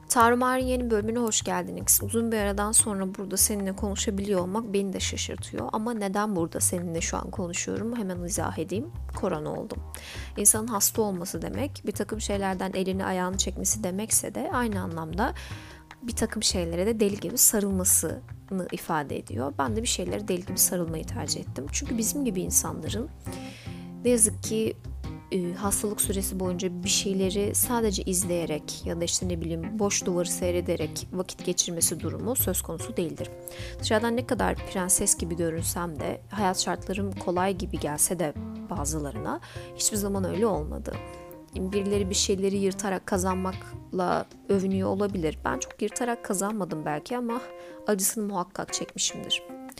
Tarımar'ın yeni bölümüne hoş geldiniz. Uzun bir aradan sonra burada seninle konuşabiliyor olmak beni de şaşırtıyor. Ama neden burada seninle şu an konuşuyorum? Hemen izah edeyim. Korona oldum. İnsanın hasta olması demek, bir takım şeylerden elini ayağını çekmesi demekse de aynı anlamda bir takım şeylere de deli gibi sarılmasını ifade ediyor. Ben de bir şeylere deli gibi sarılmayı tercih ettim. Çünkü bizim gibi insanların ne yazık ki hastalık süresi boyunca bir şeyleri sadece izleyerek ya da işte ne bileyim boş duvarı seyrederek vakit geçirmesi durumu söz konusu değildir. Dışarıdan ne kadar prenses gibi görünsem de hayat şartlarım kolay gibi gelse de bazılarına hiçbir zaman öyle olmadı. Birileri bir şeyleri yırtarak kazanmakla övünüyor olabilir. Ben çok yırtarak kazanmadım belki ama acısını muhakkak çekmişimdir.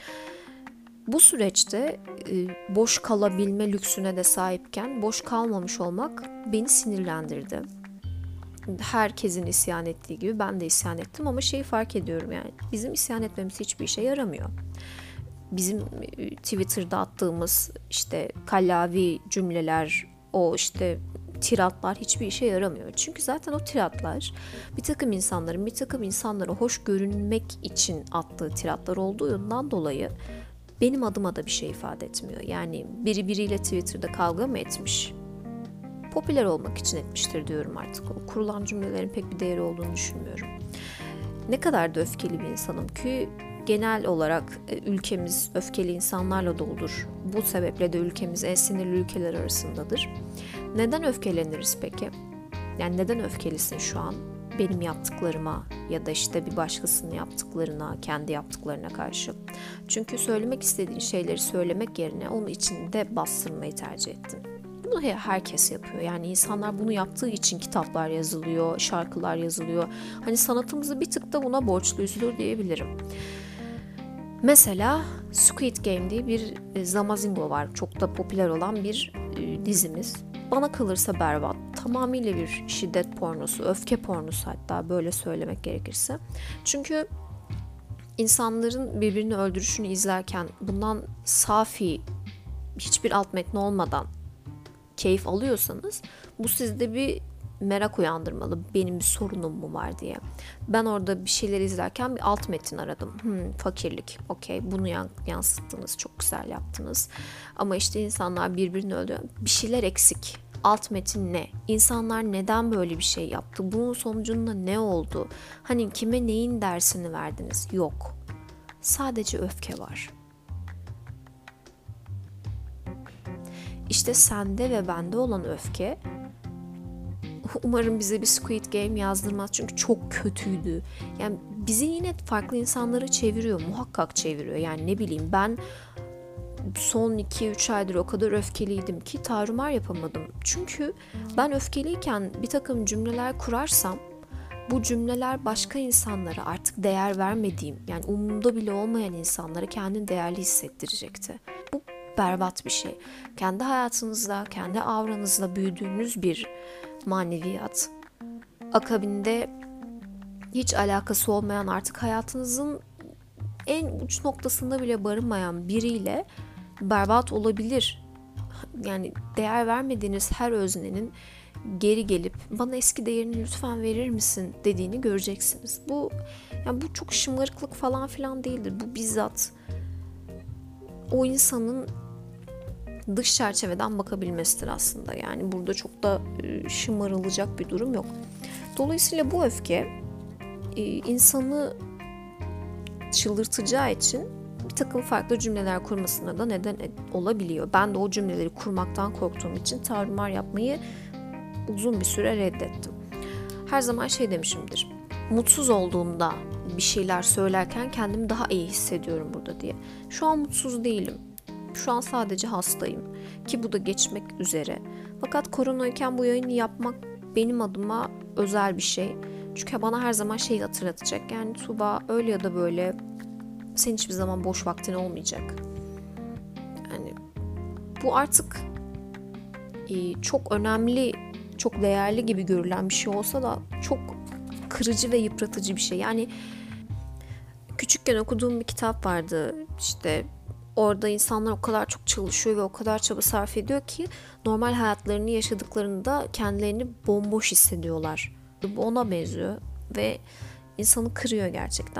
Bu süreçte boş kalabilme lüksüne de sahipken boş kalmamış olmak beni sinirlendirdi. Herkesin isyan ettiği gibi ben de isyan ettim ama şeyi fark ediyorum, yani bizim isyan etmemiz hiçbir işe yaramıyor. Bizim Twitter'da attığımız işte kallavi cümleler, o işte tiratlar hiçbir işe yaramıyor. Çünkü zaten o tiratlar bir takım insanların bir takım insanlara hoş görünmek için attığı tiratlar olduğundan dolayı benim adıma da bir şey ifade etmiyor. Yani biri biriyle Twitter'da kavga mı etmiş? Popüler olmak için etmiştir diyorum artık. O kurulan cümlelerin pek bir değeri olduğunu düşünmüyorum. Ne kadar da öfkeli bir insanım ki genel olarak ülkemiz öfkeli insanlarla doludur. Bu sebeple de ülkemiz en sinirli ülkeler arasındadır. Neden öfkeleniriz peki? Yani neden öfkelisin şu an? Benim yaptıklarıma ya da işte bir başkasının yaptıklarına, kendi yaptıklarına karşı. Çünkü söylemek istediğin şeyleri söylemek yerine onu içinde bastırmayı tercih ettin. Bunu herkes yapıyor. Yani insanlar bunu yaptığı için kitaplar yazılıyor, şarkılar yazılıyor. Hani sanatımızı bir tık da buna borçluyuzdur diyebilirim. Mesela Squid Game diye bir Zamazingo var. Çok da popüler olan bir dizimiz. Bana kalırsa berbat. Tamamıyla bir şiddet pornosu, öfke pornosu, hatta böyle söylemek gerekirse. Çünkü insanların birbirini öldürüşünü izlerken bundan safi, hiçbir alt metni olmadan keyif alıyorsanız bu sizde bir merak uyandırmalı. Benim bir sorunum mu var diye. Ben orada bir şeyler izlerken bir alt metin aradım. Fakirlik. Okey, bunu yansıttınız. Çok güzel yaptınız. Ama işte insanlar birbirini öldürüyor. Bir şeyler eksik. Alt metin ne? İnsanlar neden böyle bir şey yaptı? Bunun sonucunda ne oldu? Hani kime neyin dersini verdiniz? Yok. Sadece öfke var. İşte sende ve bende olan öfke umarım bize bir Squid Game yazdırmaz, çünkü çok kötüydü. Yani bizi yine farklı insanlara çeviriyor, muhakkak çeviriyor. Yani ne bileyim, ben son 2-3 aydır o kadar öfkeliydim ki tarumar yapamadım. Çünkü ben öfkeliyken bir takım cümleler kurarsam bu cümleler başka insanlara, artık değer vermediğim, yani umurumda bile olmayan insanlara kendini değerli hissettirecekti. Bu berbat bir şey. Kendi hayatınızda, kendi avranızla büyüdüğünüz bir maneviyat. Akabinde hiç alakası olmayan, artık hayatınızın en uç noktasında bile barınmayan biriyle berbat olabilir. Yani değer vermediğiniz her öznenin geri gelip bana eski değerini lütfen verir misin dediğini göreceksiniz. Bu çok şımarıklık falan filan değildir. Bu bizzat o insanın dış çerçeveden bakabilmesidir aslında. Yani burada çok da şımarılacak bir durum yok. Dolayısıyla bu öfke insanı çıldırtacağı için bir takım farklı cümleler kurmasına da neden olabiliyor. Ben de o cümleleri kurmaktan korktuğum için tarumar yapmayı uzun bir süre reddettim. Her zaman şey demişimdir. Mutsuz olduğumda bir şeyler söylerken kendimi daha iyi hissediyorum burada diye. Şu an mutsuz değilim. Şu an sadece hastayım. Ki bu da geçmek üzere. Fakat koronayken bu yayını yapmak benim adıma özel bir şey. Çünkü bana her zaman şeyi hatırlatacak. Yani Tuğba, öyle ya da böyle senin hiçbir zaman boş vaktin olmayacak. Yani bu artık çok önemli, çok değerli gibi görülen bir şey olsa da çok kırıcı ve yıpratıcı bir şey. Yani küçükken okuduğum bir kitap vardı. İşte orada insanlar o kadar çok çalışıyor ve o kadar çaba sarf ediyor ki normal hayatlarını yaşadıklarında kendilerini bomboş hissediyorlar. Bu ona benziyor. ve insanı kırıyor gerçekten.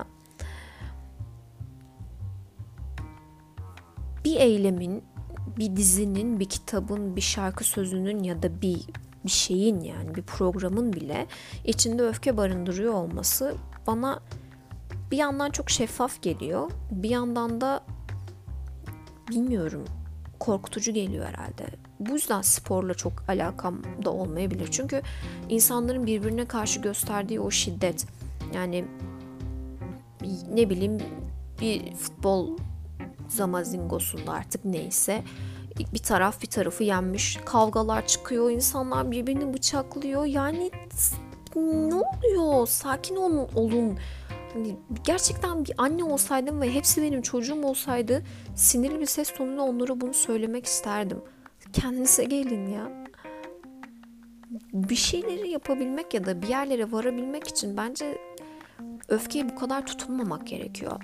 Bir eylemin, bir dizinin, bir kitabın, bir şarkı sözünün ya da bir şeyin, yani bir programın bile içinde öfke barındırıyor olması bana bir yandan çok şeffaf geliyor. Bir yandan da bilmiyorum, korkutucu geliyor herhalde. Bu yüzden sporla çok alakam da olmayabilir. Çünkü insanların birbirine karşı gösterdiği o şiddet, yani ne bileyim, bir futbol zamazingosunda artık neyse, bir taraf bir tarafı yenmiş, kavgalar çıkıyor, insanlar birbirini bıçaklıyor. Yani ne oluyor? Sakin olun. Hani gerçekten bir anne olsaydım ve hepsi benim çocuğum olsaydı, sinirli bir ses tonuyla onlara bunu söylemek isterdim. Kendinize gelin ya. Bir şeyleri yapabilmek ya da bir yerlere varabilmek için bence öfkeye bu kadar tutunmamak gerekiyor.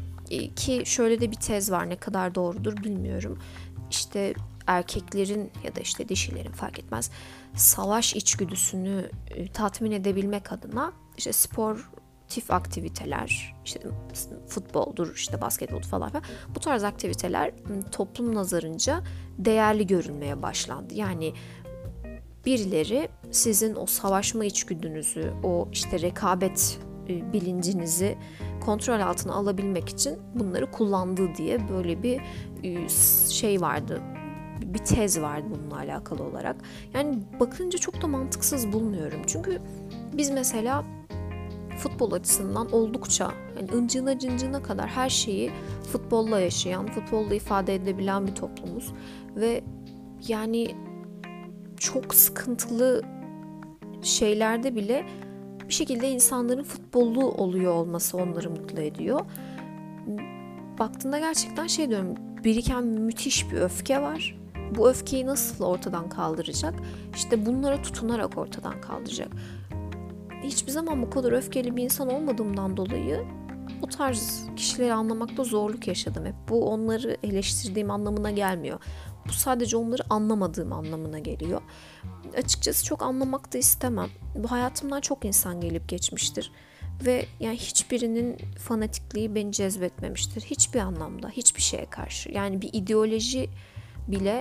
Ki şöyle de bir tez var, ne kadar doğrudur bilmiyorum. İşte erkeklerin ya da işte dişilerin, fark etmez, savaş içgüdüsünü tatmin edebilmek adına işte sportif aktiviteler, işte futboldur, işte basketbol falan, bu tarz aktiviteler toplum nazarınca değerli görülmeye başlandı. Yani birileri sizin o savaşma içgüdünüzü, o işte rekabet bilincinizi kontrol altına alabilmek için bunları kullandığı diye böyle bir şey vardı. Bir tez vardı bununla alakalı olarak. Yani bakınca çok da mantıksız bulmuyorum. Çünkü biz mesela futbol açısından oldukça, yani ıncına cıncına kadar her şeyi futbolla yaşayan, futbolla ifade edebilen bir toplumuz. Ve yani çok sıkıntılı şeylerde bile bir şekilde insanların futbollu oluyor olması onları mutlu ediyor. Baktığında gerçekten şey diyorum, biriken müthiş bir öfke var. Bu öfkeyi nasıl ortadan kaldıracak? İşte bunlara tutunarak ortadan kaldıracak. Hiçbir zaman bu kadar öfkeli bir insan olmadığımdan dolayı bu tarz kişileri anlamakta zorluk yaşadım hep. Bu onları eleştirdiğim anlamına gelmiyor. Bu sadece onları anlamadığım anlamına geliyor. Açıkçası çok anlamak da istemem. Bu hayatımdan çok insan gelip geçmiştir. Ve yani hiçbirinin fanatikliği beni cezbetmemiştir. Hiçbir anlamda, hiçbir şeye karşı. Yani bir ideoloji bile,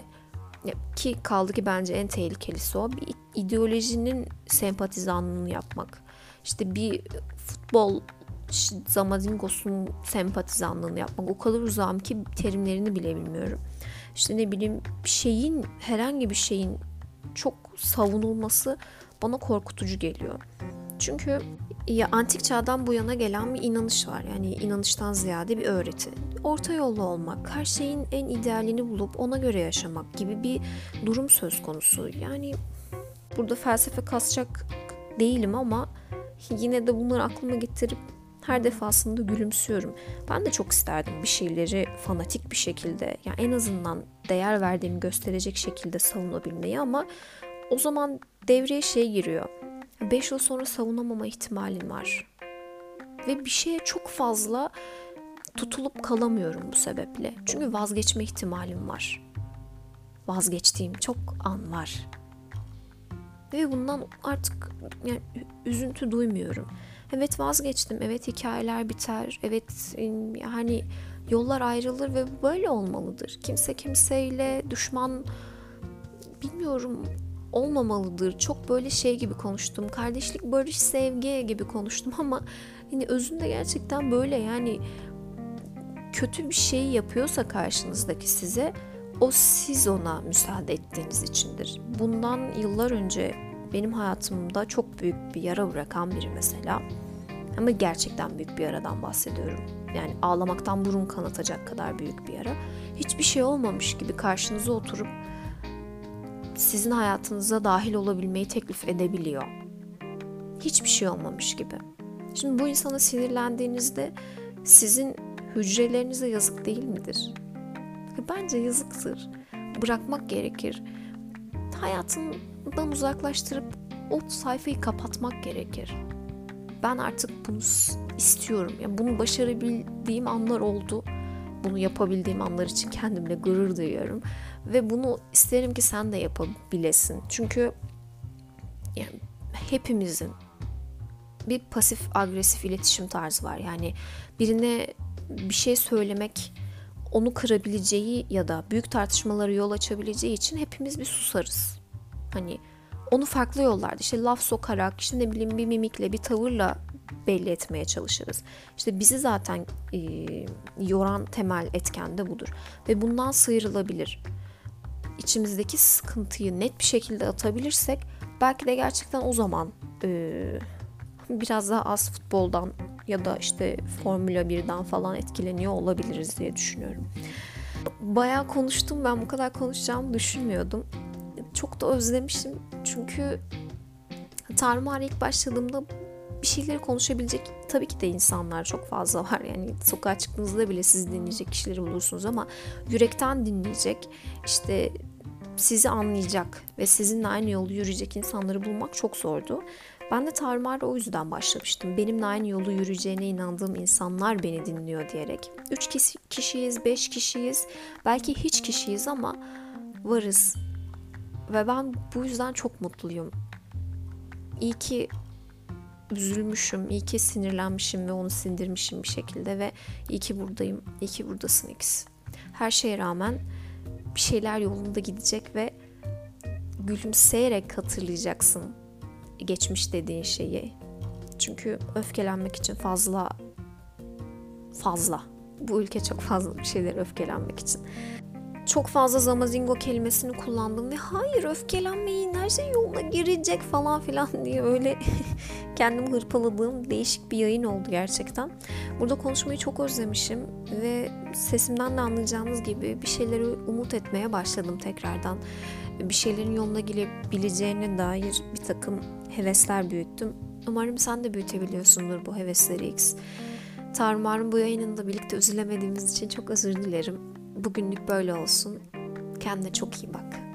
ki kaldı ki bence en tehlikelisi o, bir ideolojinin sempatizanlığını yapmak. İşte bir futbol zamazingosunun sempatizanlığını yapmak. O kadar uzağım ki terimlerini bile bilmiyorum. İşte ne bileyim, herhangi bir şeyin çok savunulması bana korkutucu geliyor. Çünkü ya antik çağdan bu yana gelen bir inanış var. Yani inanıştan ziyade bir öğreti. Orta yolda olmak, her şeyin en idealini bulup ona göre yaşamak gibi bir durum söz konusu. Yani burada felsefe kasacak değilim ama yine de bunları aklıma getirip her defasında gülümsüyorum. Ben de çok isterdim bir şeyleri fanatik bir şekilde, yani en azından değer verdiğimi gösterecek şekilde savunabilmeyi, ama o zaman devreye şey giriyor. 5 yıl sonra savunamama ihtimalin var. Ve bir şeye çok fazla tutulup kalamıyorum bu sebeple. Çünkü vazgeçme ihtimalim var. Vazgeçtiğim çok an var. Ve bundan artık yani üzüntü duymuyorum. Evet, vazgeçtim. Evet, hikayeler biter. Evet, yani yollar ayrılır ve böyle olmalıdır. Kimse kimseyle düşman, bilmiyorum, olmamalıdır. Çok böyle şey gibi konuştum. Kardeşlik, barış, sevgi gibi konuştum ama hani özünde gerçekten böyle. Yani kötü bir şey yapıyorsa karşınızdaki size, o siz ona müsaade ettiğiniz içindir. Bundan yıllar önce benim hayatımda çok büyük bir yara bırakan biri mesela. Ama gerçekten büyük bir yaradan bahsediyorum. Yani ağlamaktan burun kanatacak kadar büyük bir yara. Hiçbir şey olmamış gibi karşınıza oturup sizin hayatınıza dahil olabilmeyi teklif edebiliyor. Hiçbir şey olmamış gibi. Şimdi bu insana sinirlendiğinizde sizin hücrelerinize yazık değil midir? Bence yazıktır. Bırakmak gerekir. Hayatından uzaklaştırıp o sayfayı kapatmak gerekir. Ben artık bunu istiyorum. Yani bunu başarabildiğim anlar oldu. Bunu yapabildiğim anlar için kendimle gurur duyuyorum. Ve bunu isterim ki sen de yapabilesin. Çünkü yani hepimizin bir pasif agresif iletişim tarzı var. Yani birine bir şey söylemek onu kırabileceği ya da büyük tartışmalara yol açabileceği için hepimiz bir susarız. Hani onu farklı yollarda işte laf sokarak, işte ne bileyim bir mimikle, bir tavırla belli etmeye çalışırız. İşte bizi zaten yoran temel etken de budur. Ve bundan sıyrılabilir. İçimizdeki sıkıntıyı net bir şekilde atabilirsek belki de gerçekten o zaman biraz daha az futboldan ya da işte Formula 1'den falan etkileniyor olabiliriz diye düşünüyorum. Bayağı konuştum, ben bu kadar konuşacağımı düşünmüyordum. Çok da özlemişim çünkü Tarımar'a ilk başladığımda bir şeyleri konuşabilecek tabii ki de insanlar çok fazla var. Yani sokağa çıktığınızda bile sizi dinleyecek kişileri bulursunuz ama yürekten dinleyecek, işte sizi anlayacak ve sizinle aynı yolu yürüyecek insanları bulmak çok zordu. Ben de Tarımar'da o yüzden başlamıştım. Benimle aynı yolu yürüyeceğine inandığım insanlar beni dinliyor diyerek. 3 kişiyiz, 5 kişiyiz, belki hiç kişiyiz ama varız. Ve ben bu yüzden çok mutluyum. İyi ki üzülmüşüm, iyi ki sinirlenmişim ve onu sindirmişim bir şekilde ve iyi ki buradayım, iyi ki buradasın X. Her şeye rağmen bir şeyler yolunda gidecek ve gülümseyerek hatırlayacaksın geçmiş dediğin şeyi. Çünkü öfkelenmek için fazla. Bu ülke çok fazla bir şeyler öfkelenmek için. Çok fazla zamazingo kelimesini kullandım ve hayır öfkelenmeyin, her şey yoluna girecek falan filan diye öyle kendimi hırpaladığım değişik bir yayın oldu gerçekten. Burada konuşmayı çok özlemişim ve sesimden de anlayacağınız gibi bir şeyleri umut etmeye başladım tekrardan. Bir şeylerin yoluna girebileceğine dair bir takım hevesler büyüttüm. Umarım sen de büyütebiliyorsundur bu hevesleri X. Tarımar'ın bu yayınında birlikte üzülemediğimiz için çok özür dilerim. Bugünlük böyle olsun. Kendine çok iyi bak.